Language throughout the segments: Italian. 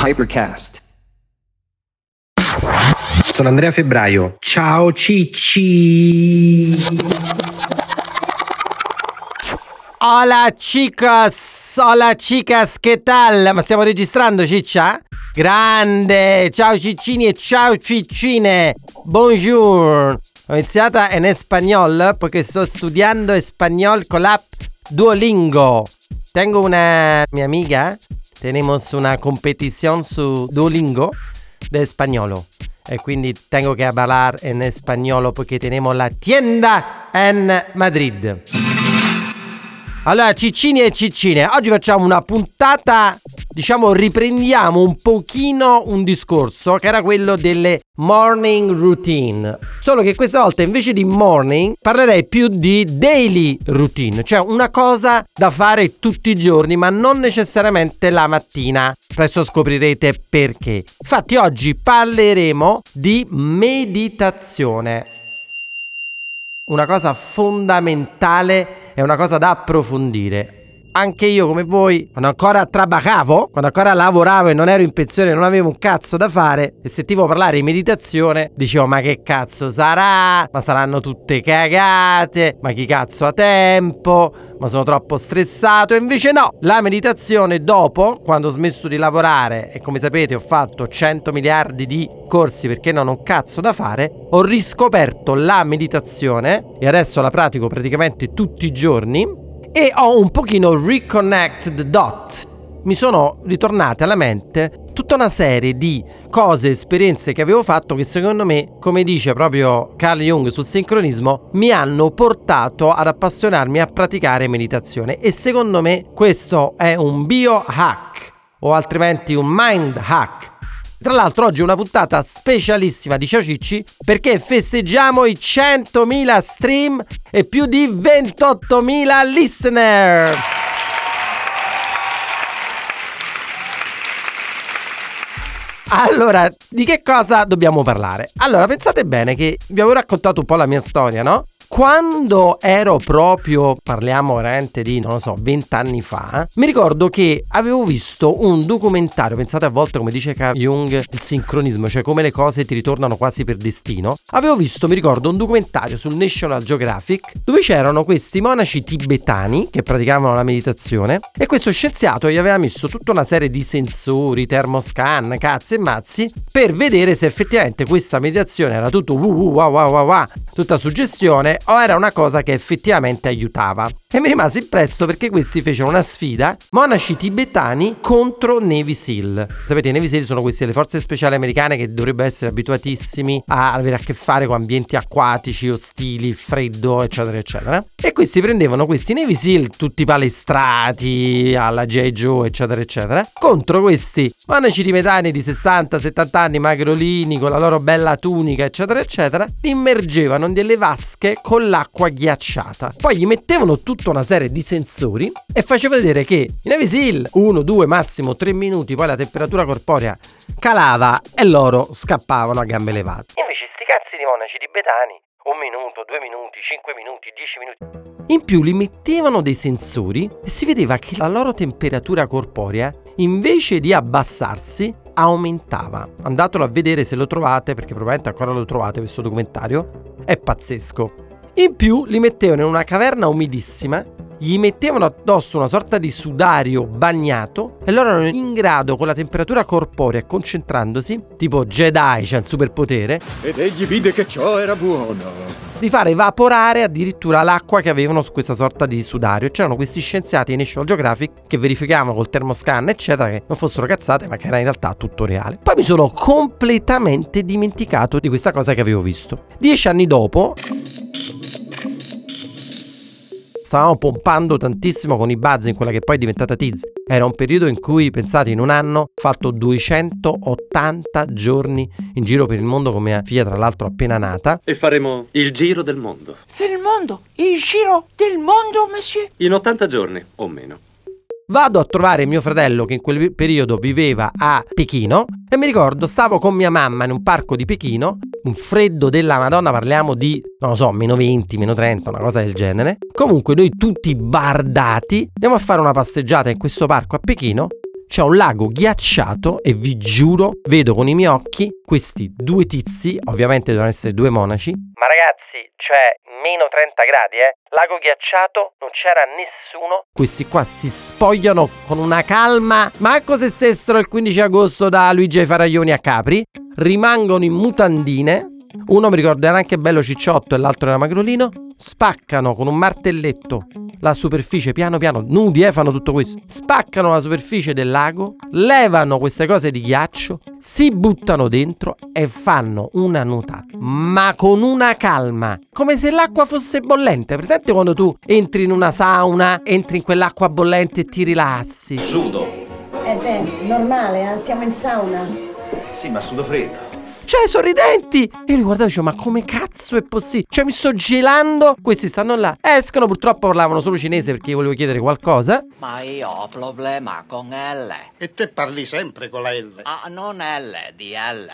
Hypercast. Sono Andrea Febbraio. Ciao Cicci. Hola chicas, che tal? Ma stiamo registrando, Ciccia? Grande! Ciao Ciccini e ciao Ciccine! Bonjour! Ho iniziata in español perché sto studiando español con l'app Duolingo. Tengo una mia amiga, tenemos una competición su Duolingo de español. E quindi tengo que hablar en español perché tenemos la tienda en Madrid. Allora, Ciccini e Ciccine, oggi facciamo una puntata, riprendiamo un pochino un discorso che era quello delle morning routine. Solo che questa volta invece di morning parlerei più di daily routine, cioè una cosa da fare tutti i giorni, ma non necessariamente la mattina. Presto scoprirete perché. Infatti oggi parleremo di meditazione. Una cosa fondamentale, è una cosa da approfondire. Anche io come voi, quando ancora trabajavo, quando ancora lavoravo e non ero in pensione, non avevo un cazzo da fare e sentivo parlare di meditazione, dicevo ma che cazzo sarà? Ma saranno tutte cagate? Ma chi cazzo ha tempo? Ma sono troppo stressato? E invece no, la meditazione dopo, quando ho smesso di lavorare e come sapete ho fatto 100 miliardi di corsi perché non ho un cazzo da fare, ho riscoperto la meditazione e adesso la pratico praticamente tutti i giorni. E ho un pochino reconnect the dot. Mi sono ritornate alla mente tutta una serie di cose, esperienze che avevo fatto che secondo me, come dice proprio Carl Jung sul sincronismo, mi hanno portato ad appassionarmi a praticare meditazione. E secondo me questo è un biohack o altrimenti un mind hack. Tra l'altro oggi è una puntata specialissima di Ciao Cicci perché festeggiamo i 100.000 stream e più di 28.000 listeners. Allora, di che cosa dobbiamo parlare? Allora, pensate bene che vi avevo raccontato un po' la mia storia, no? Quando ero proprio, parliamo veramente di, 20 anni fa, mi ricordo che avevo visto un documentario, pensate a volte come dice Carl Jung, il sincronismo, cioè come le cose ti ritornano quasi per destino. Avevo visto, mi ricordo, un documentario sul National Geographic dove c'erano questi monaci tibetani che praticavano la meditazione e questo scienziato gli aveva messo tutta una serie di sensori, termoscan, cazzi e mazzi per vedere se effettivamente questa meditazione era tutto tutta suggestione o era una cosa che effettivamente aiutava. E mi rimase impresso perché questi fecero una sfida, monaci tibetani contro Navy SEAL. Sapete, i Navy SEAL sono queste le forze speciali americane che dovrebbero essere abituatissimi a avere a che fare con ambienti acquatici, ostili, freddo, eccetera, eccetera. E questi prendevano questi Navy SEAL, tutti palestrati, alla G.I. Joe, eccetera, eccetera, contro questi monaci tibetani di 60-70 anni, magrolini, con la loro bella tunica, eccetera, eccetera, li immergevano in delle vasche con l'acqua ghiacciata. Poi gli mettevano tutta una serie di sensori e faceva vedere che i Navy SEAL 1, 2, massimo 3 minuti poi la temperatura corporea calava e loro scappavano a gambe levate. Invece sti cazzi di monaci tibetani 1 minuto, 2 minuti, 5 minuti, 10 minuti. In più li mettevano dei sensori e si vedeva che la loro temperatura corporea invece di abbassarsi aumentava. Andatelo a vedere se lo trovate perché probabilmente ancora lo trovate questo documentario. È pazzesco. In più li mettevano in una caverna umidissima, gli mettevano addosso una sorta di sudario bagnato e loro erano in grado con la temperatura corporea concentrandosi, tipo Jedi, cioè il superpotere, ed egli vide che ciò era buono, di fare evaporare addirittura l'acqua che avevano su questa sorta di sudario. C'erano questi scienziati in National Geographic che verificavano col termoscan eccetera che non fossero cazzate ma che era in realtà tutto reale. Poi mi sono completamente dimenticato di questa cosa che avevo visto. 10 anni dopo stavamo pompando tantissimo con i buzz in quella che poi è diventata Tiz. Era un periodo in cui, pensate, in un anno ho fatto 280 giorni in giro per il mondo con mia figlia, tra l'altro appena nata. E faremo il giro del mondo. Per il mondo? Il giro del mondo, monsieur? In 80 giorni, o meno. Vado a trovare mio fratello che in quel periodo viveva a Pechino e mi ricordo stavo con mia mamma in un parco di Pechino, un freddo della Madonna, parliamo di, non lo so, meno 20, meno 30, una cosa del genere. Comunque noi tutti bardati andiamo a fare una passeggiata in questo parco a Pechino, c'è un lago ghiacciato e vi giuro, vedo con i miei occhi questi due tizi, ovviamente devono essere due monaci. Ma ragazzi, c'è meno 30 gradi, lago ghiacciato, non c'era nessuno. Questi qua si spogliano con una calma, manco se stessero il 15 agosto da Luigi ai Faraglioni a Capri, rimangono in mutandine. Uno mi ricordo era anche bello cicciotto e l'altro era magrolino. Spaccano con un martelletto la superficie piano piano, nudi fanno tutto questo. Spaccano la superficie del lago, levano queste cose di ghiaccio, si buttano dentro e fanno una nuotata, ma con una calma, come se l'acqua fosse bollente. Presente quando tu entri in una sauna, entri in quell'acqua bollente e ti rilassi? Sudo. Normale, siamo in sauna. Sì, ma sudo freddo. Cioè, sorridenti! E io li guardavo e dicevo, ma come cazzo è possibile? Cioè, mi sto gelando. Questi stanno là. Escono, purtroppo parlavano solo cinese perché io volevo chiedere qualcosa. Ma io ho problema con L. E te parli sempre con la L. Ah, non L di L.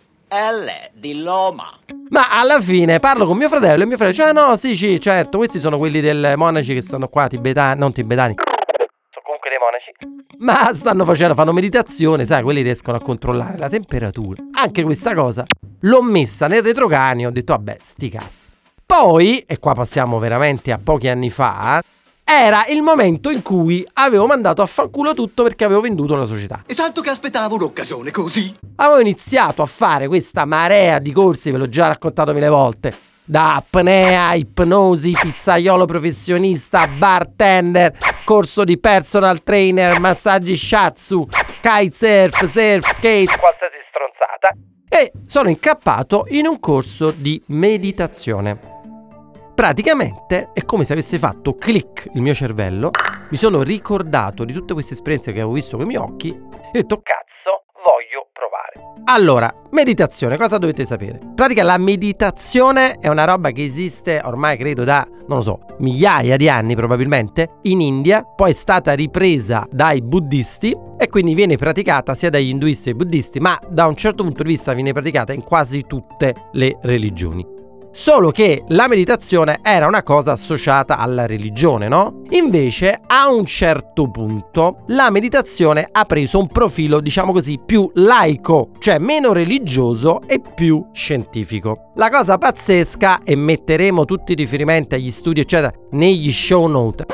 L di Loma. Ma alla fine parlo con mio fratello e mio fratello dice, ah no, sì, certo, questi sono quelli del monaci che stanno qua, tibetani, non tibetani. Sono comunque dei monaci. Ma fanno meditazione, sai, quelli riescono a controllare la temperatura. Anche questa cosa l'ho messa nel retrocranio, ho detto vabbè, sti cazzi. Poi, e qua passiamo veramente a pochi anni fa, era il momento in cui avevo mandato a fanculo tutto perché avevo venduto la società. E tanto che aspettavo un'occasione così. Avevo iniziato a fare questa marea di corsi, ve l'ho già raccontato 1000 volte. Da apnea, ipnosi, pizzaiolo professionista, bartender, corso di personal trainer, massaggi shiatsu, kitesurf, surf, skate, qualsiasi stronzata. E sono incappato in un corso di meditazione. Praticamente è come se avesse fatto click il mio cervello, mi sono ricordato di tutte queste esperienze che avevo visto con i miei occhi e ho detto cazzo, voglio provare. Allora, meditazione, cosa dovete sapere? In pratica la meditazione è una roba che esiste ormai credo da, non lo so, migliaia di anni probabilmente in India, poi è stata ripresa dai buddisti e quindi viene praticata sia dagli induisti che dai buddisti, ma da un certo punto di vista viene praticata in quasi tutte le religioni. Solo che la meditazione era una cosa associata alla religione, no? Invece, a un certo punto, la meditazione ha preso un profilo, diciamo così, più laico, cioè meno religioso e più scientifico. La cosa pazzesca, e metteremo tutti i riferimenti agli studi, eccetera, negli show note.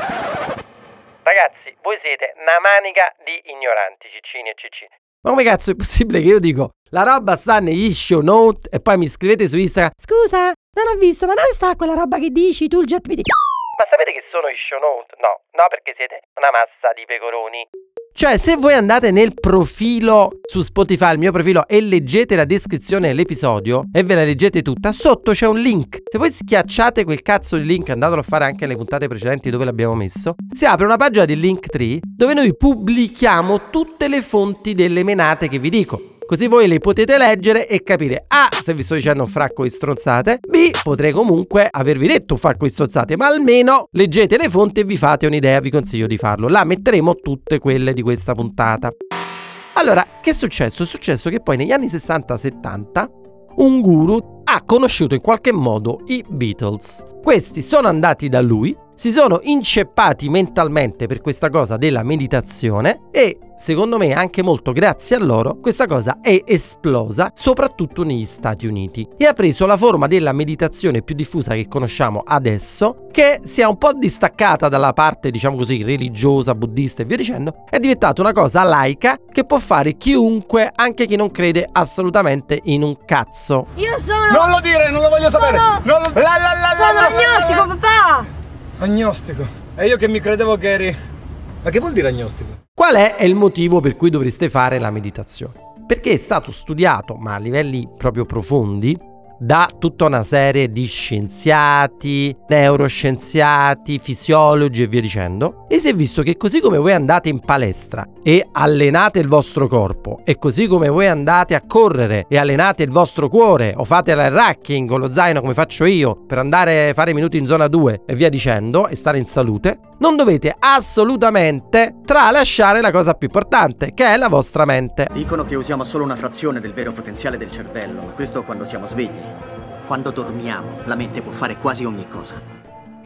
Ragazzi, voi siete una manica di ignoranti, ciccini e ciccine. Ma come cazzo è possibile che io dico la roba sta negli show note e poi mi scrivete su Instagram? Scusa, non ho visto, ma dove sta quella roba che dici tu, il ChatGPT? Ma sapete che sono i show note? No, perché siete una massa di pecoroni. Cioè, se voi andate nel profilo su Spotify, il mio profilo, e leggete la descrizione dell'episodio e ve la leggete tutta, sotto c'è un link. Se voi schiacciate quel cazzo di link, andatelo a fare anche nelle puntate precedenti dove l'abbiamo messo, si apre una pagina di Linktree dove noi pubblichiamo tutte le fonti delle menate che vi dico. Così voi le potete leggere e capire A, se vi sto dicendo un fracco di stronzate, B, potrei comunque avervi detto un fracco di stronzate, ma almeno leggete le fonti e vi fate un'idea, vi consiglio di farlo. Là metteremo tutte quelle di questa puntata. Allora, che è successo? È successo che poi negli anni 60-70 un guru ha conosciuto in qualche modo i Beatles. Questi sono andati da lui, si sono inceppati mentalmente per questa cosa della meditazione e, secondo me, anche molto grazie a loro, questa cosa è esplosa soprattutto negli Stati Uniti e ha preso la forma della meditazione più diffusa che conosciamo adesso, che si è un po' distaccata dalla parte, diciamo così, religiosa, buddista e via dicendo, è diventata una cosa laica che può fare chiunque, anche chi non crede assolutamente in un cazzo. Io sono... Non lo dire, non lo voglio sapere. Non lo... Sono agnostico, papà! Agnostico. E io che mi credevo che eri... Ma che vuol dire agnostico? Qual è il motivo per cui dovreste fare la meditazione? Perché è stato studiato, ma a livelli proprio profondi, da tutta una serie di scienziati, neuroscienziati, fisiologi e via dicendo, e si è visto che così come voi andate in palestra e allenate il vostro corpo, e così come voi andate a correre e allenate il vostro cuore, o fate il racking con lo zaino come faccio io per andare a fare minuti in zona 2 e via dicendo e stare in salute, non dovete assolutamente tralasciare la cosa più importante, che è la vostra mente. Dicono che usiamo solo una frazione del vero potenziale del cervello, ma questo quando siamo svegli. Quando dormiamo, la mente può fare quasi ogni cosa.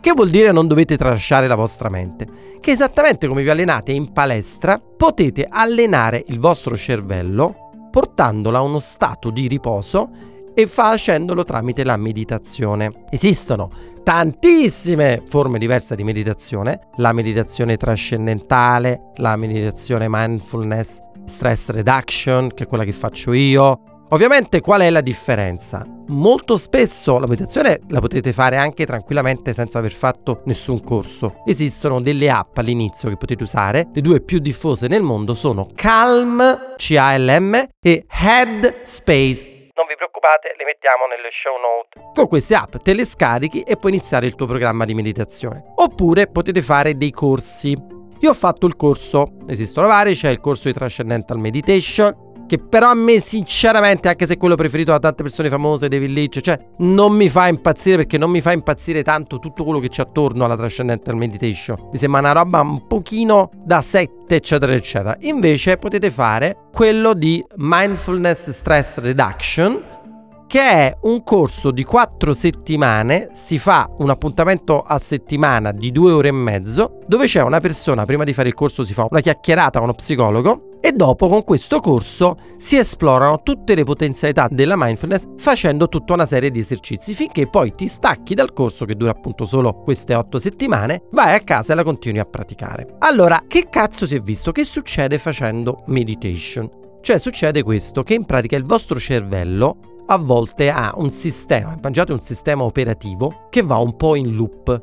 Che vuol dire non dovete tralasciare la vostra mente? Che esattamente come vi allenate in palestra, potete allenare il vostro cervello portandolo a uno stato di riposo e facendolo tramite la meditazione. Esistono tantissime forme diverse di meditazione: la meditazione trascendentale, la meditazione mindfulness, stress reduction, che è quella che faccio io. Ovviamente qual è la differenza? Molto spesso la meditazione la potete fare anche tranquillamente senza aver fatto nessun corso. Esistono delle app all'inizio che potete usare. Le due più diffuse nel mondo sono Calm, C-A-L-M, e Headspace. Non vi preoccupate, le mettiamo nelle show note. Con queste app te le scarichi e puoi iniziare il tuo programma di meditazione. Oppure potete fare dei corsi. Io ho fatto il corso, esistono vari, c'è il corso di Transcendental Meditation, che però a me sinceramente, anche se è quello preferito da tante persone famose, David Lynch, cioè non mi fa impazzire, perché non mi fa impazzire tanto tutto quello che c'è attorno alla Transcendental Meditation. Mi sembra una roba un pochino da sette, eccetera eccetera. Invece potete fare quello di Mindfulness Stress Reduction, che è un corso di 4 settimane. Si fa un appuntamento a settimana di 2 ore e mezzo, dove c'è una persona, prima di fare il corso si fa una chiacchierata con uno psicologo, e dopo con questo corso si esplorano tutte le potenzialità della mindfulness facendo tutta una serie di esercizi, finché poi ti stacchi dal corso, che dura appunto solo queste 8 settimane, vai a casa e la continui a praticare. Allora, che cazzo si è visto? Che succede facendo meditation? Cioè succede questo, che in pratica il vostro cervello a volte ha un sistema, immaginate un sistema operativo che va un po' in loop.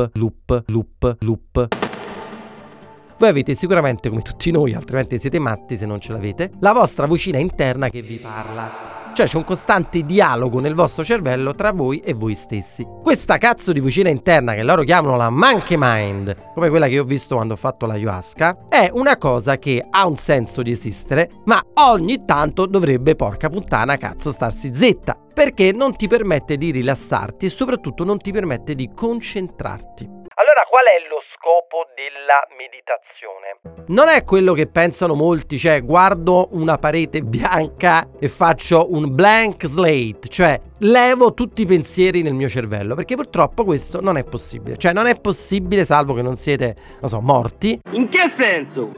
Voi avete sicuramente, come tutti noi, altrimenti siete matti se non ce l'avete, la vostra vocina interna che vi parla. Cioè c'è un costante dialogo nel vostro cervello tra voi e voi stessi. Questa cazzo di vocina interna, che loro chiamano la monkey mind, come quella che io ho visto quando ho fatto l'ayahuasca, è una cosa che ha un senso di esistere, ma ogni tanto dovrebbe, porca puttana, cazzo, starsi zitta, perché non ti permette di rilassarti e soprattutto non ti permette di concentrarti. Allora, qual è lo scopo della meditazione? Non è quello che pensano molti, cioè guardo una parete bianca e faccio un blank slate, cioè levo tutti i pensieri nel mio cervello, perché purtroppo questo non è possibile. Cioè non è possibile, salvo che non siete, morti. In che senso?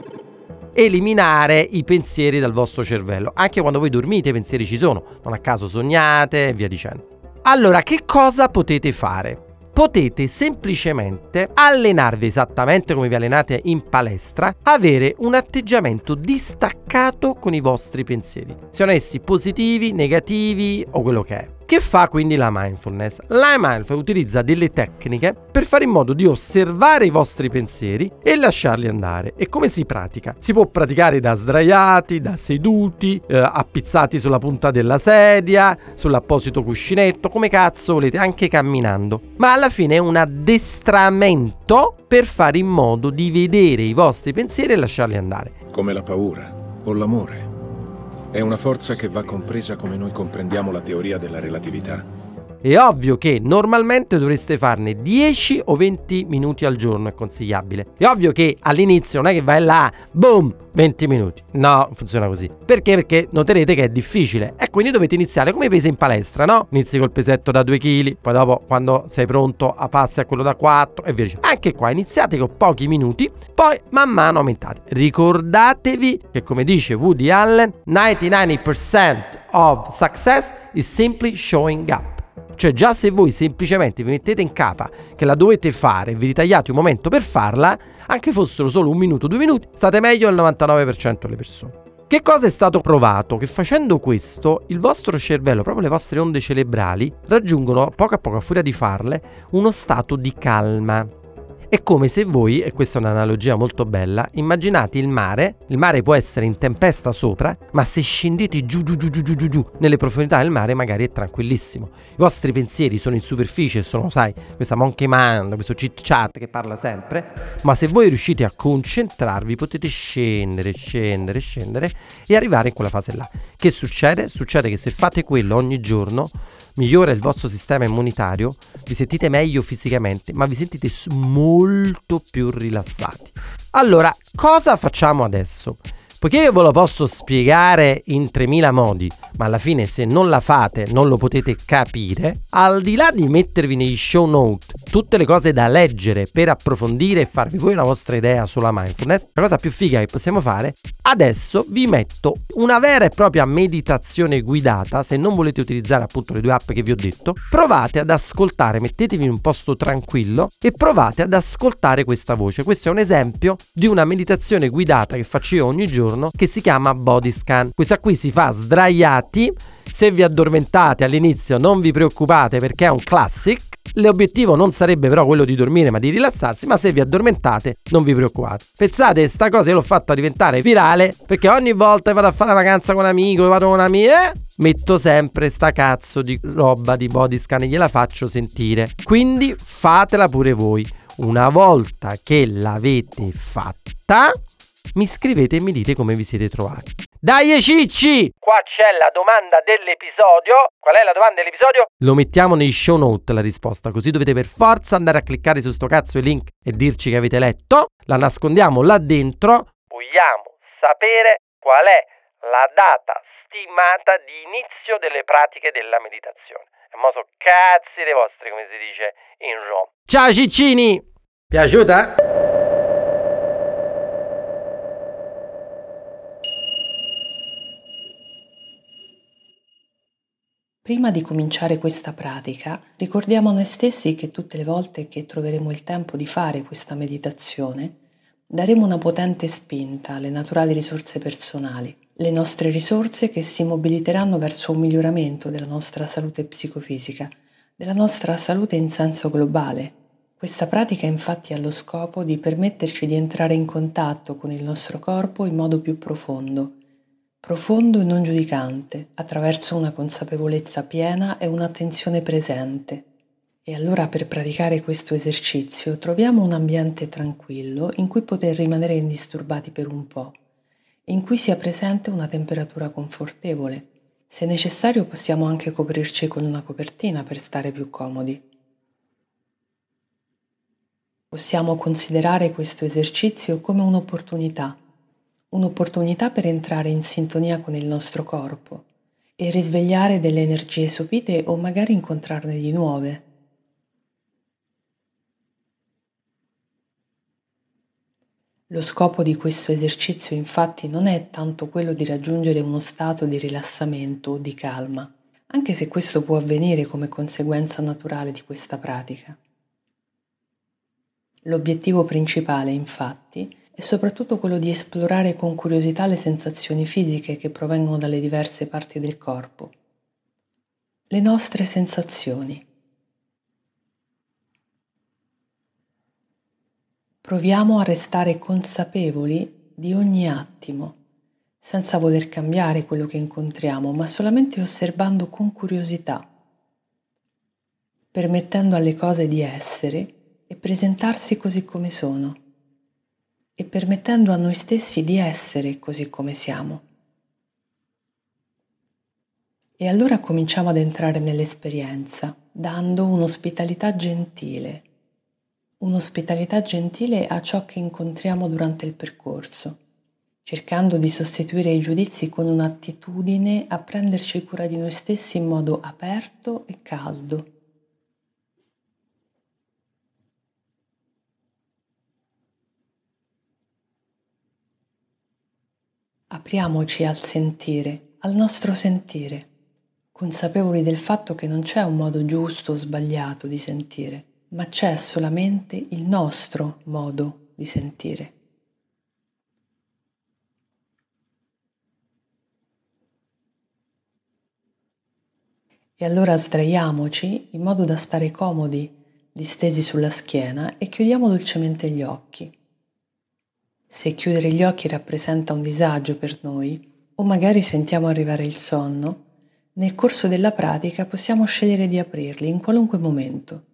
Eliminare i pensieri dal vostro cervello. Anche quando voi dormite i pensieri ci sono, non a caso sognate e via dicendo. Allora, che cosa potete fare? Potete semplicemente allenarvi esattamente come vi allenate in palestra, avere un atteggiamento distaccato con i vostri pensieri, siano essi positivi, negativi o quello che è. Che fa quindi la mindfulness? La mindfulness utilizza delle tecniche per fare in modo di osservare i vostri pensieri e lasciarli andare. E come si pratica? Si può praticare da sdraiati, da seduti, appizzati sulla punta della sedia, sull'apposito cuscinetto, come cazzo volete, anche camminando. Ma alla fine è un addestramento per fare in modo di vedere i vostri pensieri e lasciarli andare. Come la paura o l'amore. È una forza che va compresa come noi comprendiamo la teoria della relatività. È ovvio che normalmente dovreste farne 10 o 20 minuti al giorno, è consigliabile. È ovvio che all'inizio non è che vai là, boom, 20 minuti. No, non funziona così. Perché? Perché noterete che è difficile e quindi dovete iniziare come i pesi in palestra, no? Inizi col pesetto da 2 kg, poi dopo quando sei pronto passi a quello da 4 e via dicendo. Anche qua iniziate con pochi minuti, poi man mano aumentate. Ricordatevi che, come dice Woody Allen, 99% of success is simply showing up. Cioè già se voi semplicemente vi mettete in capa che la dovete fare e vi ritagliate un momento per farla, anche fossero solo 1 minuto, 2 minuti, state meglio del 99% delle persone. Che cosa è stato provato? Che facendo questo il vostro cervello, proprio le vostre onde cerebrali, raggiungono a poco a furia di farle uno stato di calma. È come se voi, e questa è un'analogia molto bella, immaginate il mare può essere in tempesta sopra, ma se scendete giù nelle profondità del mare magari è tranquillissimo. I vostri pensieri sono in superficie, sono, sai, questa monkey mind, questo chit chat che parla sempre, ma se voi riuscite a concentrarvi potete scendere e arrivare in quella fase là. Che succede? Succede che se fate quello ogni giorno, migliora il vostro sistema immunitario, vi sentite meglio fisicamente, ma vi sentite molto più rilassati. Allora, cosa facciamo adesso? Poiché io ve lo posso spiegare in 3000 modi, ma alla fine se non la fate non lo potete capire, al di là di mettervi nei show note tutte le cose da leggere per approfondire e farvi voi una vostra idea sulla mindfulness, la cosa più figa che possiamo fare, adesso vi metto una vera e propria meditazione guidata. Se non volete utilizzare appunto le 2 app che vi ho detto, provate ad ascoltare, mettetevi in un posto tranquillo e provate ad ascoltare questa voce. Questo è un esempio di una meditazione guidata che faccio io ogni giorno, che si chiama Body Scan. Questa qui si fa sdraiati. Se vi addormentate all'inizio non vi preoccupate, perché è un classic. L'obiettivo non sarebbe però quello di dormire ma di rilassarsi, ma se vi addormentate non vi preoccupate. Pensate, sta cosa io l'ho fatta diventare virale perché ogni volta che vado a fare una vacanza con un amico, vado con un'amica, metto sempre sta cazzo di roba di Body Scan e gliela faccio sentire. Quindi fatela pure voi. Una volta che l'avete fatta, mi scrivete e mi dite come vi siete trovati. Dai cicci! Qua c'è la domanda dell'episodio. Qual è la domanda dell'episodio? Lo mettiamo nei show note la risposta, così dovete per forza andare a cliccare su sto cazzo di link e dirci che avete letto. La nascondiamo là dentro. Vogliamo sapere qual è la data stimata di inizio delle pratiche della meditazione. E mo so cazzi dei vostri, come si dice in Roma. Ciao ciccini! Piaciuta? Prima di cominciare questa pratica, ricordiamo a noi stessi che tutte le volte che troveremo il tempo di fare questa meditazione, daremo una potente spinta alle naturali risorse personali, le nostre risorse che si mobiliteranno verso un miglioramento della nostra salute psicofisica, della nostra salute in senso globale. Questa pratica infatti ha lo scopo di permetterci di entrare in contatto con il nostro corpo in modo più profondo e non giudicante, attraverso una consapevolezza piena e un'attenzione presente. E allora per praticare questo esercizio troviamo un ambiente tranquillo in cui poter rimanere indisturbati per un po', in cui sia presente una temperatura confortevole. Se necessario possiamo anche coprirci con una copertina per stare più comodi. Possiamo considerare questo esercizio come un'opportunità per entrare in sintonia con il nostro corpo e risvegliare delle energie sopite o magari incontrarne di nuove. Lo scopo di questo esercizio infatti non è tanto quello di raggiungere uno stato di rilassamento o di calma, anche se questo può avvenire come conseguenza naturale di questa pratica. L'obiettivo principale, infatti, è soprattutto quello di esplorare con curiosità le sensazioni fisiche che provengono dalle diverse parti del corpo. Le nostre sensazioni. Proviamo a restare consapevoli di ogni attimo, senza voler cambiare quello che incontriamo, ma solamente osservando con curiosità, permettendo alle cose di essere e presentarsi così come sono, e permettendo a noi stessi di essere così come siamo. E allora cominciamo ad entrare nell'esperienza, dando un'ospitalità gentile a ciò che incontriamo durante il percorso, cercando di sostituire i giudizi con un'attitudine a prenderci cura di noi stessi in modo aperto e caldo. Apriamoci al sentire, al nostro sentire, consapevoli del fatto che non c'è un modo giusto o sbagliato di sentire, ma c'è solamente il nostro modo di sentire. E allora sdraiamoci in modo da stare comodi, distesi sulla schiena e chiudiamo dolcemente gli occhi. Se chiudere gli occhi rappresenta un disagio per noi, o magari sentiamo arrivare il sonno, nel corso della pratica possiamo scegliere di aprirli in qualunque momento.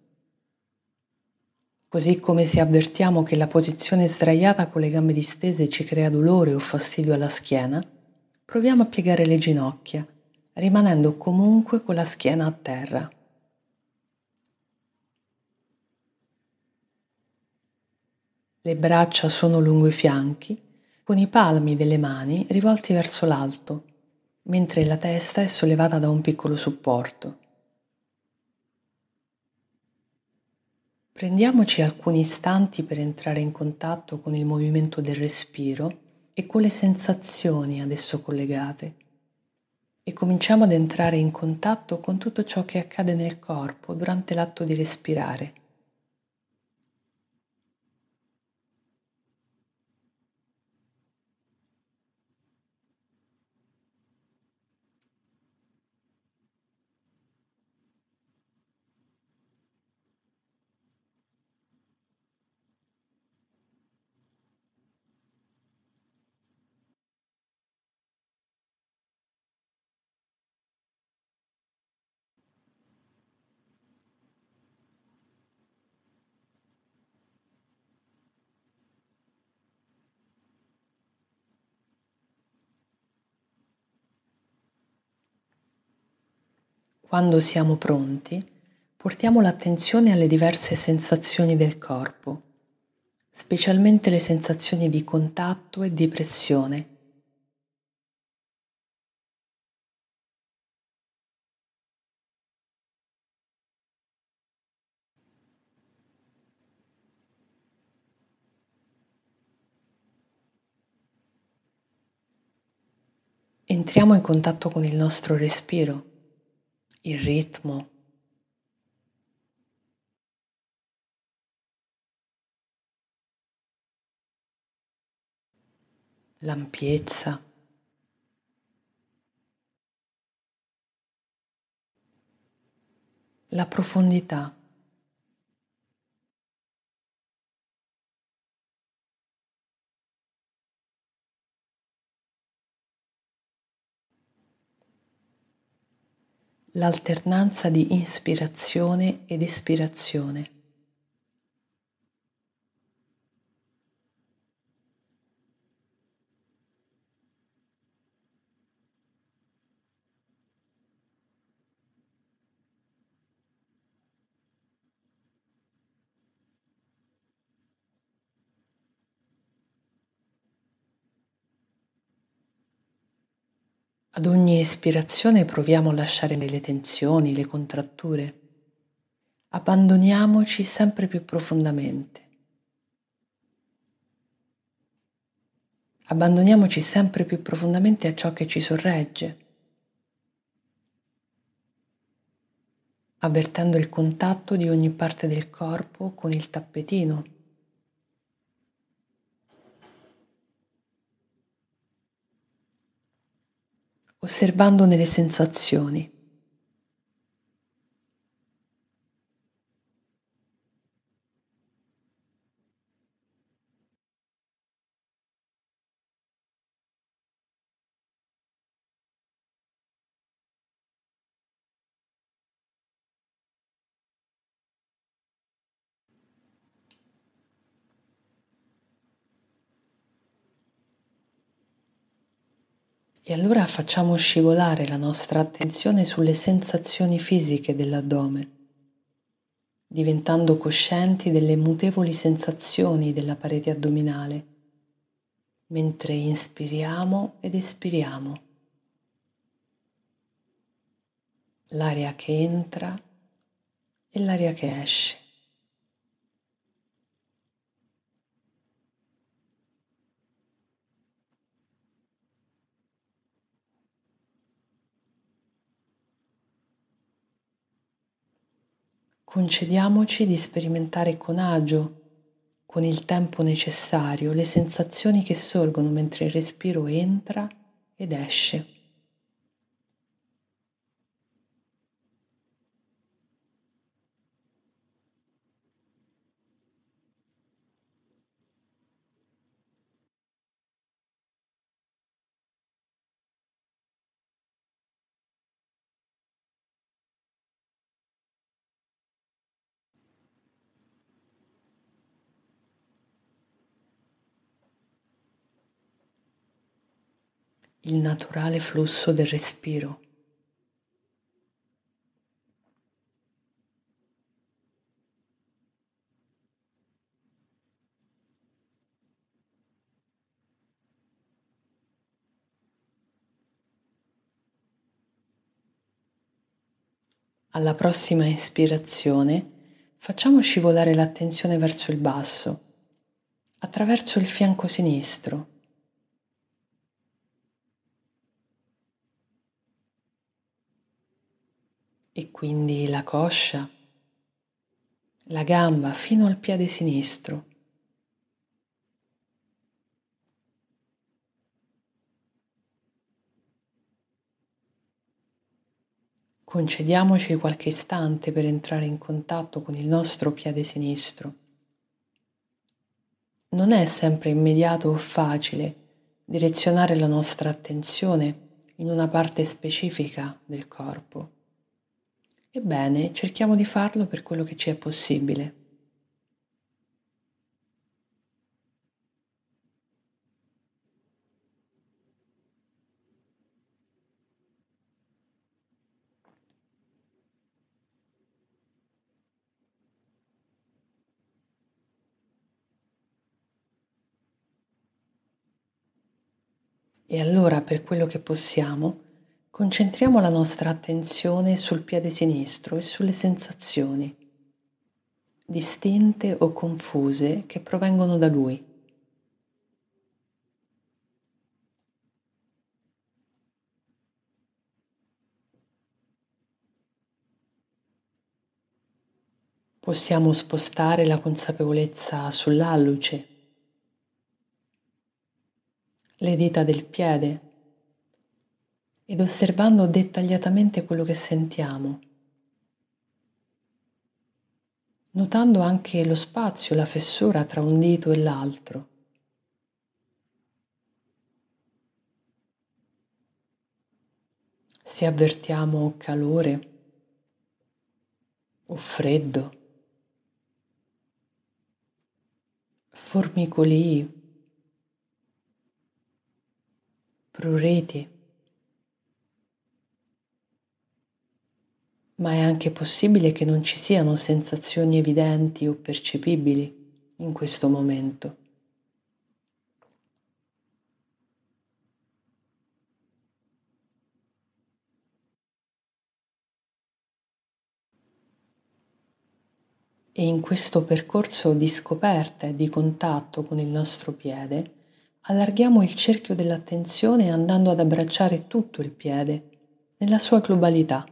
Così come se avvertiamo che la posizione sdraiata con le gambe distese ci crea dolore o fastidio alla schiena, proviamo a piegare le ginocchia, rimanendo comunque con la schiena a terra. Le braccia sono lungo i fianchi, con i palmi delle mani rivolti verso l'alto, mentre la testa è sollevata da un piccolo supporto. Prendiamoci alcuni istanti per entrare in contatto con il movimento del respiro e con le sensazioni ad esso collegate. E cominciamo ad entrare in contatto con tutto ciò che accade nel corpo durante l'atto di respirare. Quando siamo pronti, portiamo l'attenzione alle diverse sensazioni del corpo, specialmente le sensazioni di contatto e di pressione. Entriamo in contatto con il nostro respiro, il ritmo, l'ampiezza, la profondità. L'alternanza di ispirazione ed espirazione. Ad ogni espirazione proviamo a lasciare le tensioni, le contratture. Abbandoniamoci sempre più profondamente. Abbandoniamoci sempre più profondamente a ciò che ci sorregge, avvertendo il contatto di ogni parte del corpo con il tappetino. Osservandone le sensazioni. E allora facciamo scivolare la nostra attenzione sulle sensazioni fisiche dell'addome, diventando coscienti delle mutevoli sensazioni della parete addominale, mentre inspiriamo ed espiriamo. L'aria che entra e l'aria che esce. Concediamoci di sperimentare con agio, con il tempo necessario, le sensazioni che sorgono mentre il respiro entra ed esce. Il naturale flusso del respiro. Alla prossima ispirazione facciamo scivolare l'attenzione verso il basso, attraverso il fianco sinistro. E quindi la coscia, la gamba fino al piede sinistro. Concediamoci qualche istante per entrare in contatto con il nostro piede sinistro. Non è sempre immediato o facile direzionare la nostra attenzione in una parte specifica del corpo. Ebbene, cerchiamo di farlo per quello che ci è possibile. E allora, per quello che possiamo, concentriamo la nostra attenzione sul piede sinistro e sulle sensazioni, distinte o confuse, che provengono da lui. Possiamo spostare la consapevolezza sull'alluce, le dita del piede, ed osservando dettagliatamente quello che sentiamo, notando anche lo spazio, la fessura tra un dito e l'altro. Se avvertiamo calore o freddo, formicolii, pruriti. Ma è anche possibile che non ci siano sensazioni evidenti o percepibili in questo momento. E in questo percorso di scoperta e di contatto con il nostro piede, allarghiamo il cerchio dell'attenzione andando ad abbracciare tutto il piede nella sua globalità.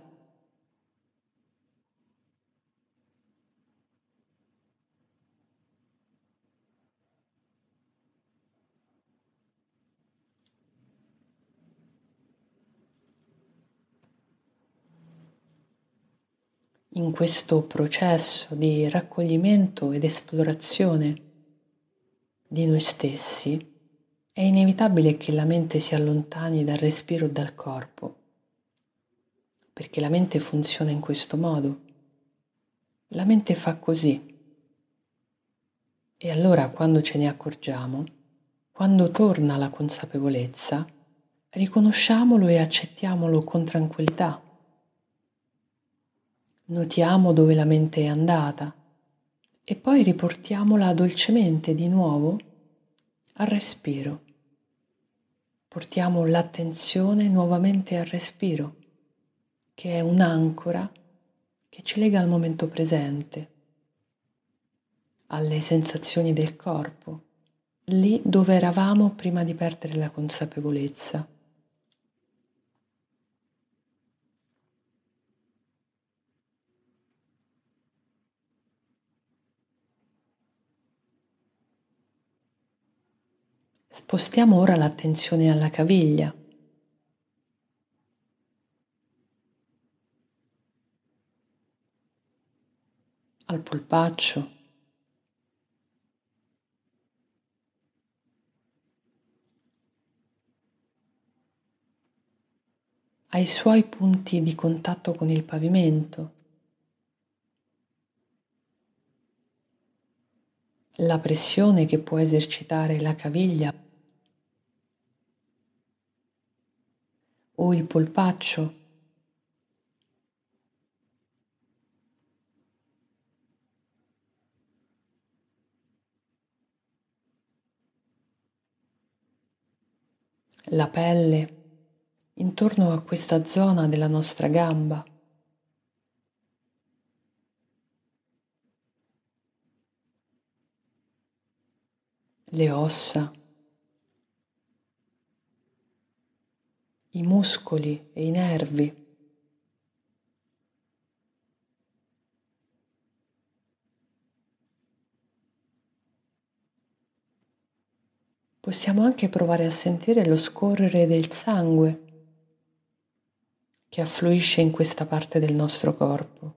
In questo processo di raccoglimento ed esplorazione di noi stessi, è inevitabile che la mente si allontani dal respiro e dal corpo, perché la mente funziona in questo modo. La mente fa così. E allora, quando ce ne accorgiamo, quando torna la consapevolezza, riconosciamolo e accettiamolo con tranquillità. Notiamo dove la mente è andata e poi riportiamola dolcemente di nuovo al respiro. Portiamo l'attenzione nuovamente al respiro, che è un'ancora che ci lega al momento presente, alle sensazioni del corpo, lì dove eravamo prima di perdere la consapevolezza. Spostiamo ora l'attenzione alla caviglia, al polpaccio, ai suoi punti di contatto con il pavimento, la pressione che può esercitare la caviglia o il polpaccio, la pelle intorno a questa zona della nostra gamba, le ossa, i muscoli e i nervi. Possiamo anche provare a sentire lo scorrere del sangue che affluisce in questa parte del nostro corpo.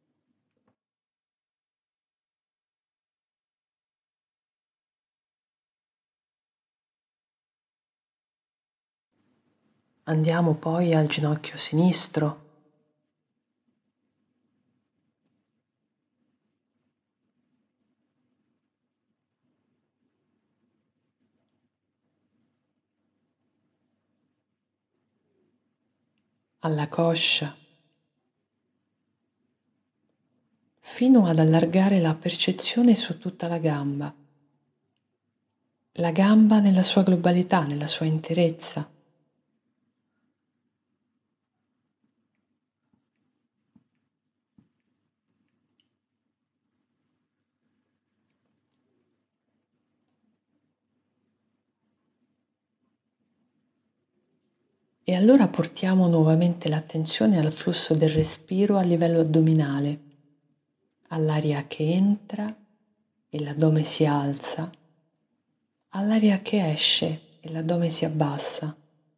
Andiamo poi al ginocchio sinistro, alla coscia, fino ad allargare la percezione su tutta la gamba nella sua globalità, nella sua interezza. E allora portiamo nuovamente l'attenzione al flusso del respiro a livello addominale, all'aria che entra e l'addome si alza, all'aria che esce e l'addome si abbassa.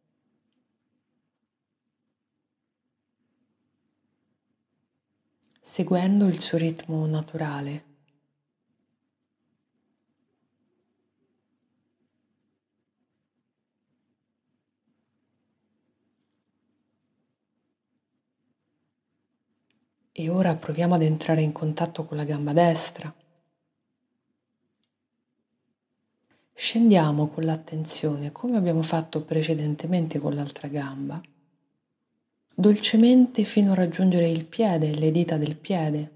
Seguendo il suo ritmo naturale. E ora proviamo ad entrare in contatto con la gamba destra. Scendiamo con l'attenzione, come abbiamo fatto precedentemente con l'altra gamba, dolcemente fino a raggiungere il piede e le dita del piede,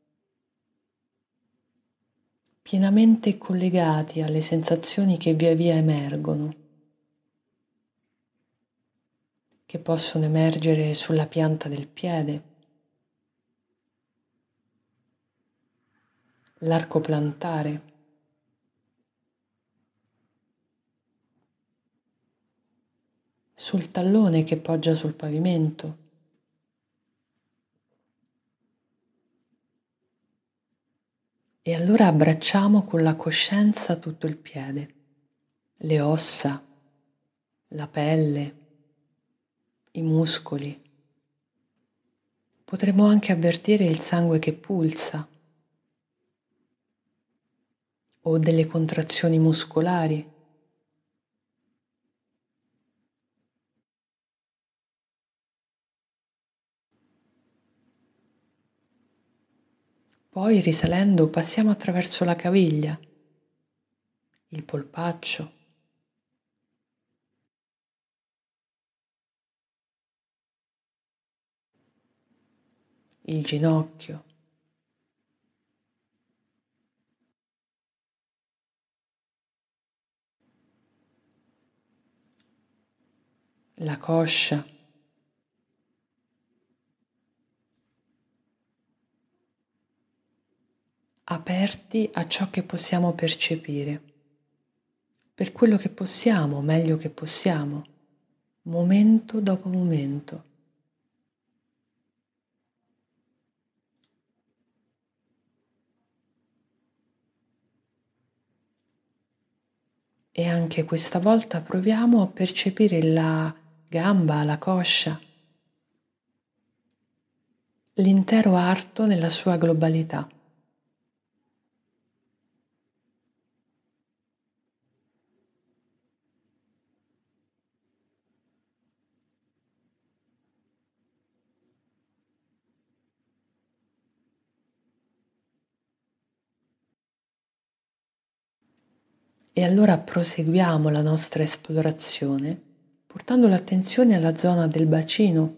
pienamente collegati alle sensazioni che via via emergono, che possono emergere sulla pianta del piede, l'arco plantare, sul tallone che poggia sul pavimento, e allora abbracciamo con la coscienza tutto il piede, le ossa, la pelle, i muscoli. Potremo anche avvertire il sangue che pulsa o delle contrazioni muscolari. Poi risalendo passiamo attraverso la caviglia, il polpaccio, il ginocchio, la coscia, aperti a ciò che possiamo percepire, per quello che possiamo, meglio che possiamo, momento dopo momento. E anche questa volta proviamo a percepire la gamba, la coscia, l'intero arto nella sua globalità. E allora proseguiamo la nostra esplorazione portando l'attenzione alla zona del bacino,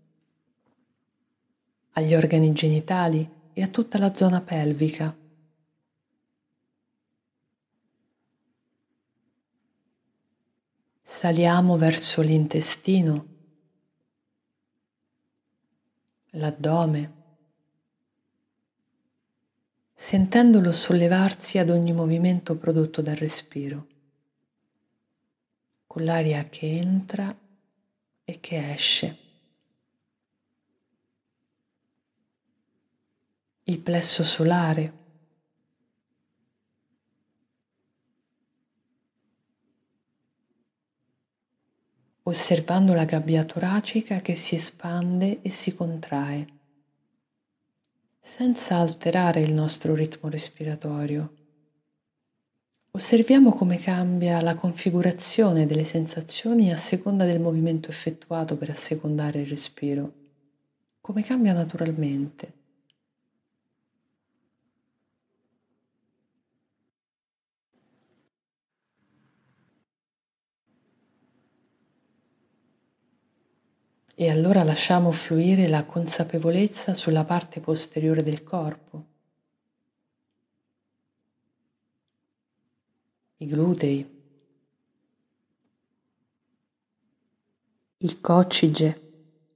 agli organi genitali e a tutta la zona pelvica. Saliamo verso l'intestino, l'addome, sentendolo sollevarsi ad ogni movimento prodotto dal respiro, con l'aria che entra e che esce. Il plesso solare, osservando la gabbia toracica che si espande e si contrae, senza alterare il nostro ritmo respiratorio. Osserviamo come cambia la configurazione delle sensazioni a seconda del movimento effettuato per assecondare il respiro, come cambia naturalmente. E allora lasciamo fluire la consapevolezza sulla parte posteriore del corpo, i glutei, il coccige.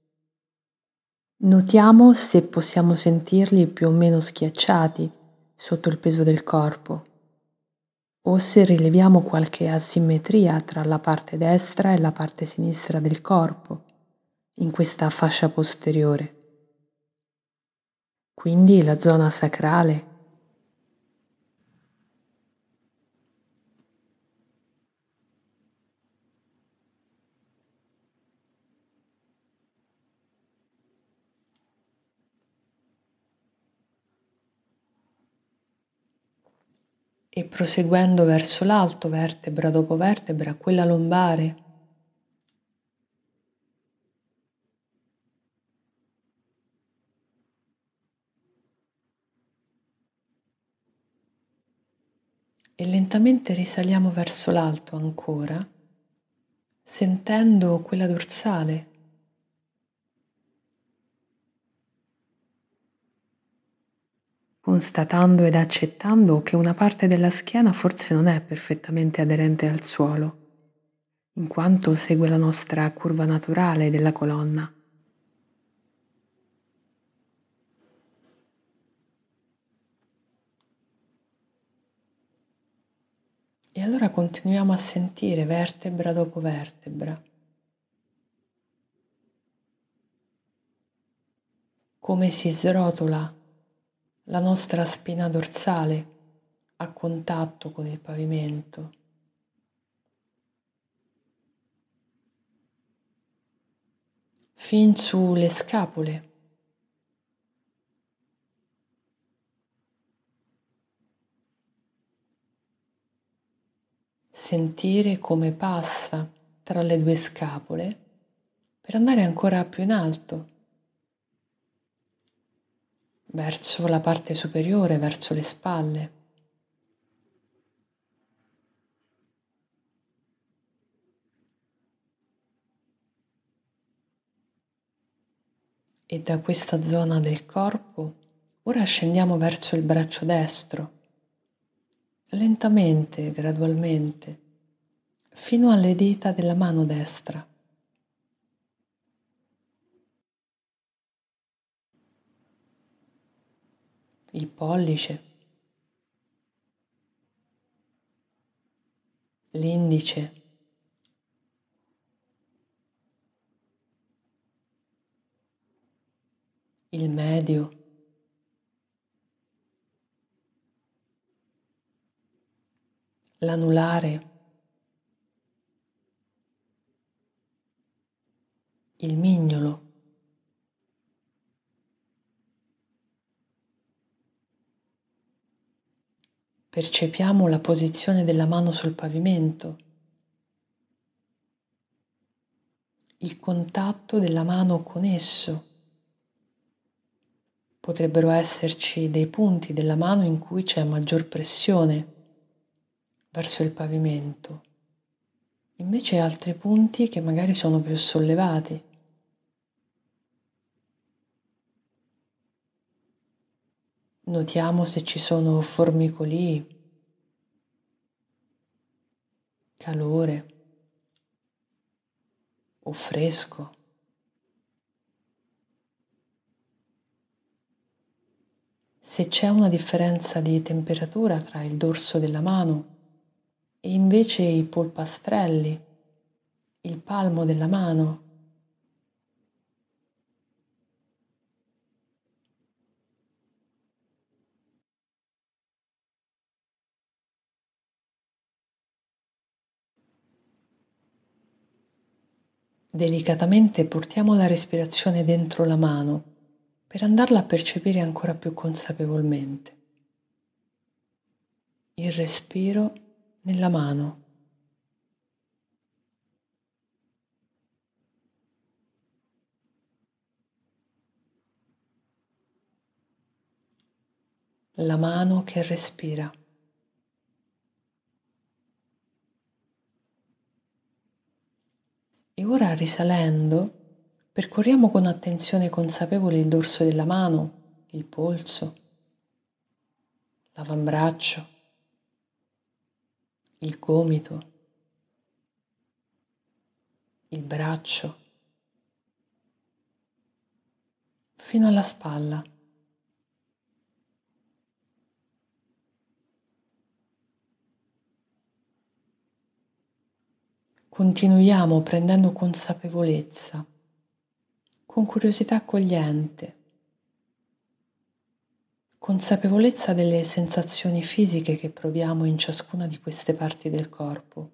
Notiamo se possiamo sentirli più o meno schiacciati sotto il peso del corpo o se rileviamo qualche asimmetria tra la parte destra e la parte sinistra del corpo in questa fascia posteriore. Quindi la zona sacrale. E proseguendo verso l'alto, vertebra dopo vertebra, quella lombare. E lentamente risaliamo verso l'alto ancora, sentendo quella dorsale. Constatando ed accettando che una parte della schiena forse non è perfettamente aderente al suolo, in quanto segue la nostra curva naturale della colonna. E allora continuiamo a sentire vertebra dopo vertebra, come si srotola la nostra spina dorsale a contatto con il pavimento. Fin sulle scapole. Sentire come passa tra le due scapole per andare ancora più in alto, verso la parte superiore, verso le spalle. E da questa zona del corpo ora scendiamo verso il braccio destro, lentamente, gradualmente, fino alle dita della mano destra. Il pollice, l'indice, il medio, l'anulare, il mignolo, percepiamo la posizione della mano sul pavimento, il contatto della mano con esso. Potrebbero esserci dei punti della mano in cui c'è maggior pressione verso il pavimento, invece altri punti che magari sono più sollevati. Notiamo se ci sono formicolii, calore o fresco. se c'è una differenza di temperatura tra il dorso della mano e invece i polpastrelli, il palmo della mano. Delicatamente portiamo la respirazione dentro la mano per andarla a percepire ancora più consapevolmente. Il respiro nella mano. La mano che respira. E ora risalendo, percorriamo con attenzione consapevole il dorso della mano, il polso, l'avambraccio, il gomito, il braccio, fino alla spalla. Continuiamo prendendo consapevolezza, con curiosità accogliente, consapevolezza delle sensazioni fisiche che proviamo in ciascuna di queste parti del corpo.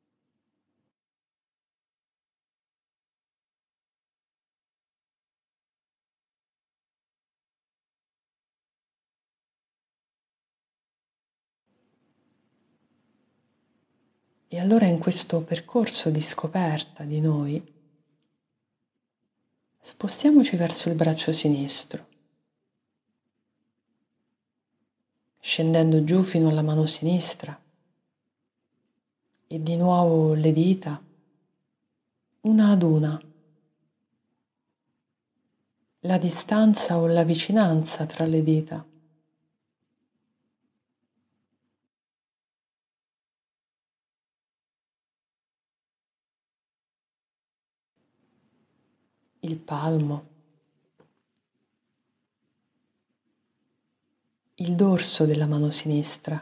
E allora in questo percorso di scoperta di noi, spostiamoci verso il braccio sinistro, scendendo giù fino alla mano sinistra e di nuovo le dita, una ad una. La distanza o la vicinanza tra le dita. Il palmo, il dorso della mano sinistra,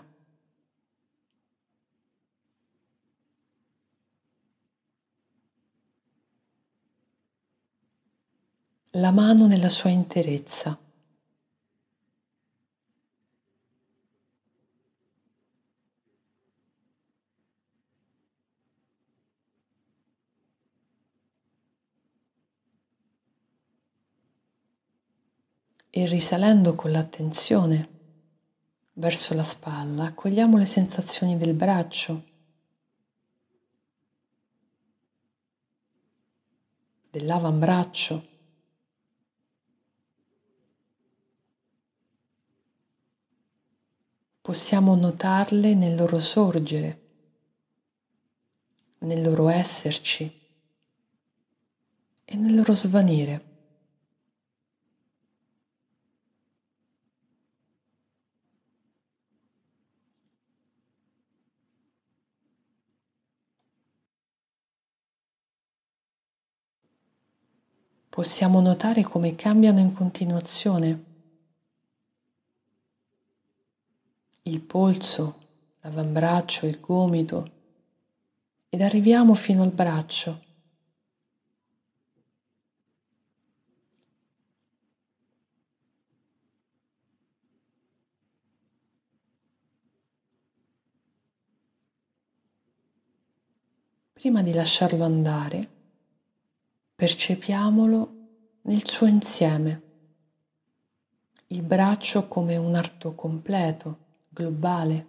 la mano nella sua interezza. E risalendo con l'attenzione verso la spalla, accogliamo le sensazioni del braccio, dell'avambraccio, possiamo notarle nel loro sorgere, nel loro esserci e nel loro svanire. Possiamo notare come cambiano in continuazione il polso, l'avambraccio, il gomito ed arriviamo fino al braccio. Prima di lasciarlo andare, percepiamolo nel suo insieme, il braccio come un arto completo, globale.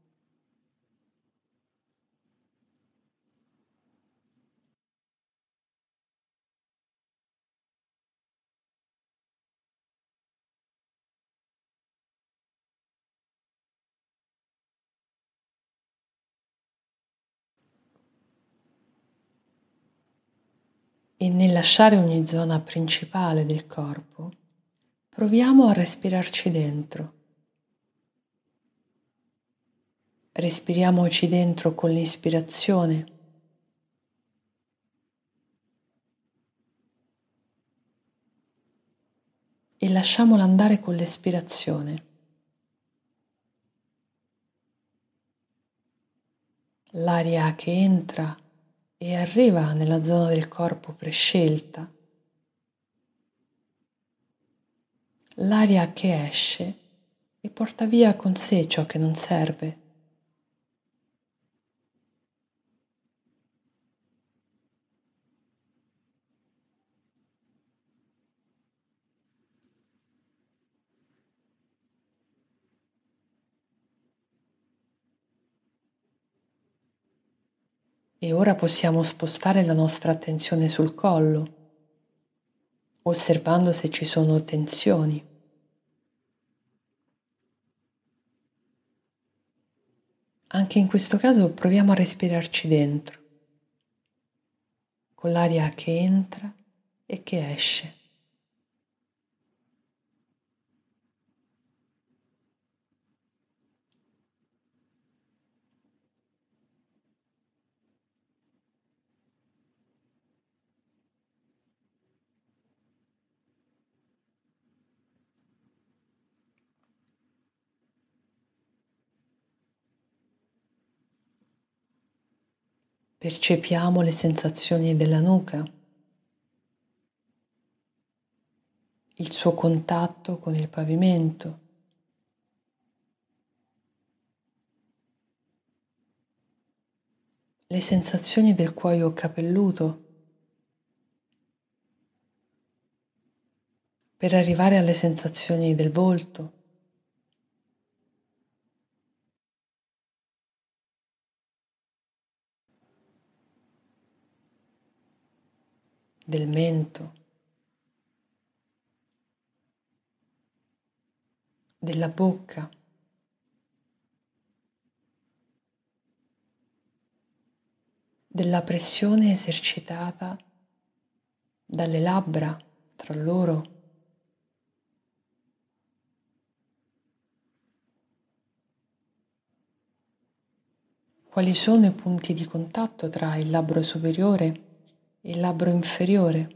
E nel lasciare ogni zona principale del corpo, proviamo a respirarci dentro. Respiriamoci dentro con l'ispirazione e lasciamola andare con l'espirazione. L'aria che entra e arriva nella zona del corpo prescelta, l'aria che esce e porta via con sé ciò che non serve. E ora possiamo spostare la nostra attenzione sul collo, osservando se ci sono tensioni. Anche in questo caso proviamo a respirarci dentro, con l'aria che entra e che esce. Percepiamo le sensazioni della nuca, il suo contatto con il pavimento, le sensazioni del cuoio capelluto, per arrivare alle sensazioni del volto, del mento, della bocca, della pressione esercitata dalle labbra tra loro. Quali sono i punti di contatto tra il labbro superiore e il labbro inferiore?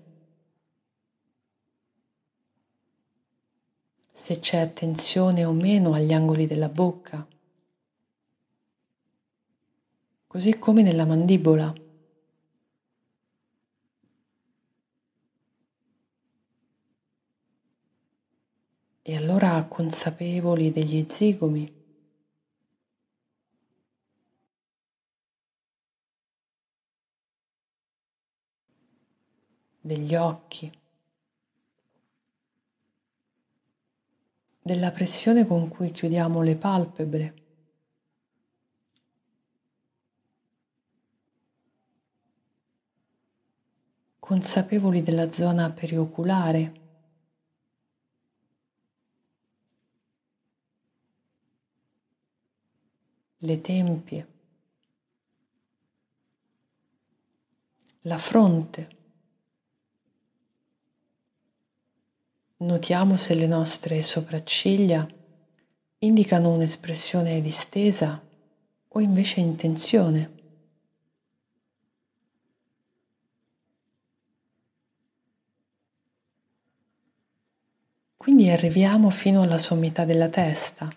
Se c'è tensione o meno agli angoli della bocca, così come nella mandibola. E allora consapevoli degli zigomi, degli occhi, della pressione con cui chiudiamo le palpebre, consapevoli della zona perioculare, le tempie, la fronte. Notiamo se le nostre sopracciglia indicano un'espressione distesa o invece in tensione. Quindi arriviamo fino alla sommità della testa.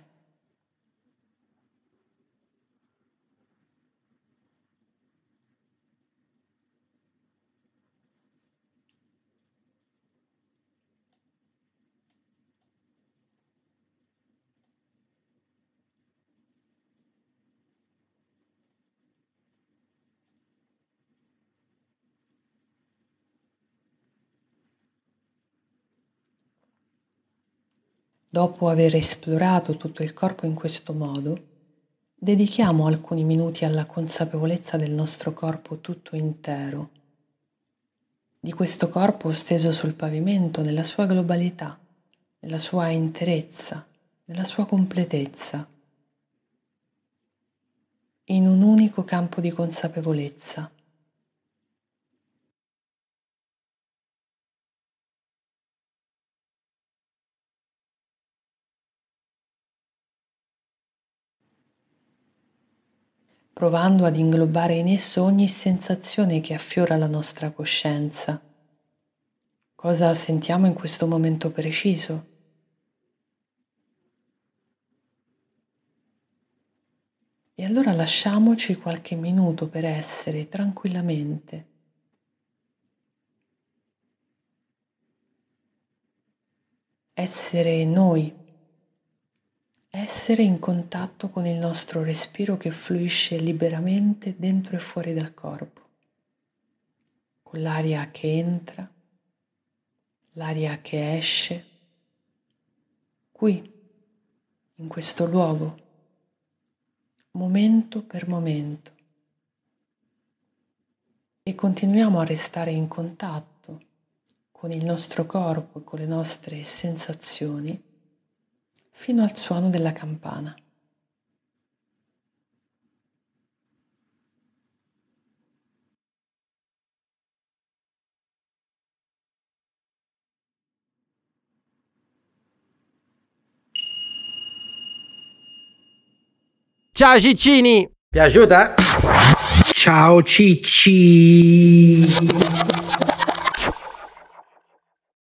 Dopo aver esplorato tutto il corpo in questo modo, dedichiamo alcuni minuti alla consapevolezza del nostro corpo tutto intero, di questo corpo steso sul pavimento nella sua globalità, nella sua interezza, nella sua completezza, in un unico campo di consapevolezza. Provando ad inglobare in esso ogni sensazione che affiora la nostra coscienza, Cosa sentiamo in questo momento preciso? E allora lasciamoci qualche minuto per essere tranquillamente. Essere noi. Essere in contatto con il nostro respiro che fluisce liberamente dentro e fuori dal corpo, con l'aria che entra, l'aria che esce, qui, in questo luogo, momento per momento. E continuiamo a restare in contatto con il nostro corpo e con le nostre sensazioni fino al suono della campana. Ciao Ciccini! Piaciuta? Ciao Cicci.